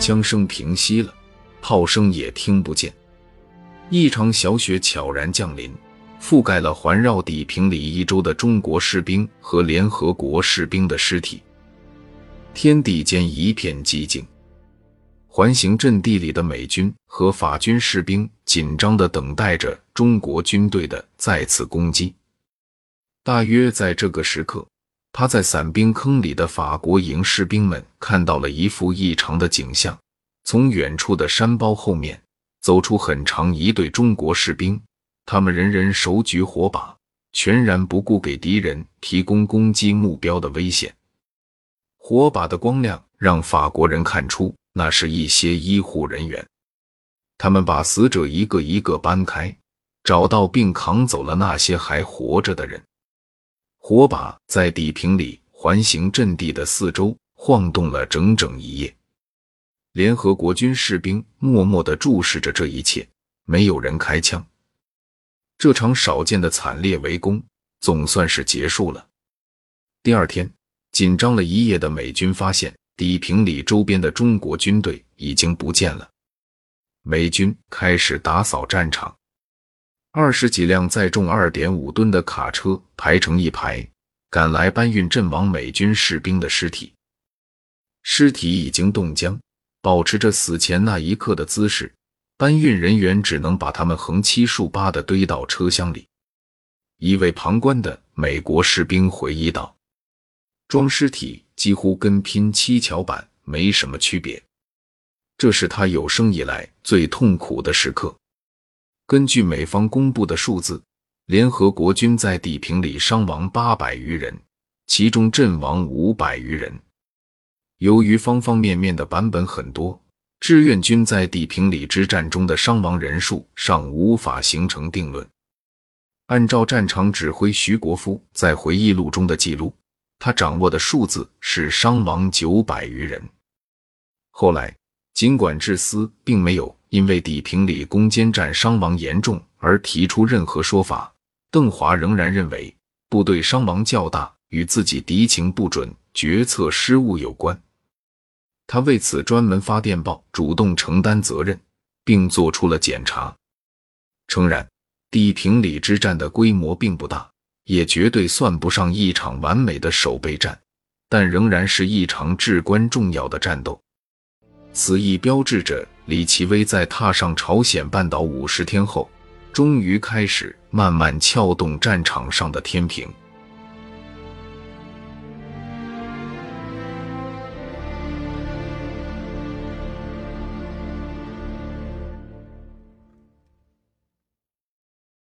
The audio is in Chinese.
枪声平息了，炮声也听不见。一场小雪悄然降临，覆盖了环绕地平里一周的中国士兵和联合国士兵的尸体。天地间一片寂静，环形阵地里的美军和法军士兵紧张地等待着中国军队的再次攻击。大约在这个时刻，趴在伞兵坑里的法国营士兵们看到了一幅异常的景象，从远处的山包后面走出很长一队中国士兵，他们人人手举火把，全然不顾给敌人提供攻击目标的危险。火把的光亮让法国人看出那是一些医护人员，他们把死者一个一个搬开，找到并扛走了那些还活着的人。火把在地平里环形阵地的四周晃动了整整一夜。联合国军士兵默默地注视着这一切，没有人开枪。这场少见的惨烈围攻总算是结束了。第二天，紧张了一夜的美军发现地平里周边的中国军队已经不见了。美军开始打扫战场，20几辆载重 2.5 吨的卡车排成一排，赶来搬运阵亡美军士兵的尸体。尸体已经冻僵，保持着死前那一刻的姿势，搬运人员只能把他们横七竖八地堆到车厢里。一位旁观的美国士兵回忆道，装尸体几乎跟拼七巧板没什么区别，这是他有生以来最痛苦的时刻。根据美方公布的数字，联合国军在地平里伤亡800余人，其中阵亡500余人。由于方方面面的版本很多，志愿军在地平里之战中的伤亡人数尚无法形成定论。按照战场指挥徐国夫在回忆录中的记录，他掌握的数字是伤亡900余人。后来，尽管志思并没有因为地平里攻坚战伤亡严重而提出任何说法，邓华仍然认为部队伤亡较大与自己敌情不准、决策失误有关。他为此专门发电报主动承担责任，并做出了检查，诚然，地平里之战的规模并不大，也绝对算不上一场完美的守备战，但仍然是一场至关重要的战斗。此亦标志着李奇微在踏上朝鲜半岛50天后，终于开始慢慢撬动战场上的天平。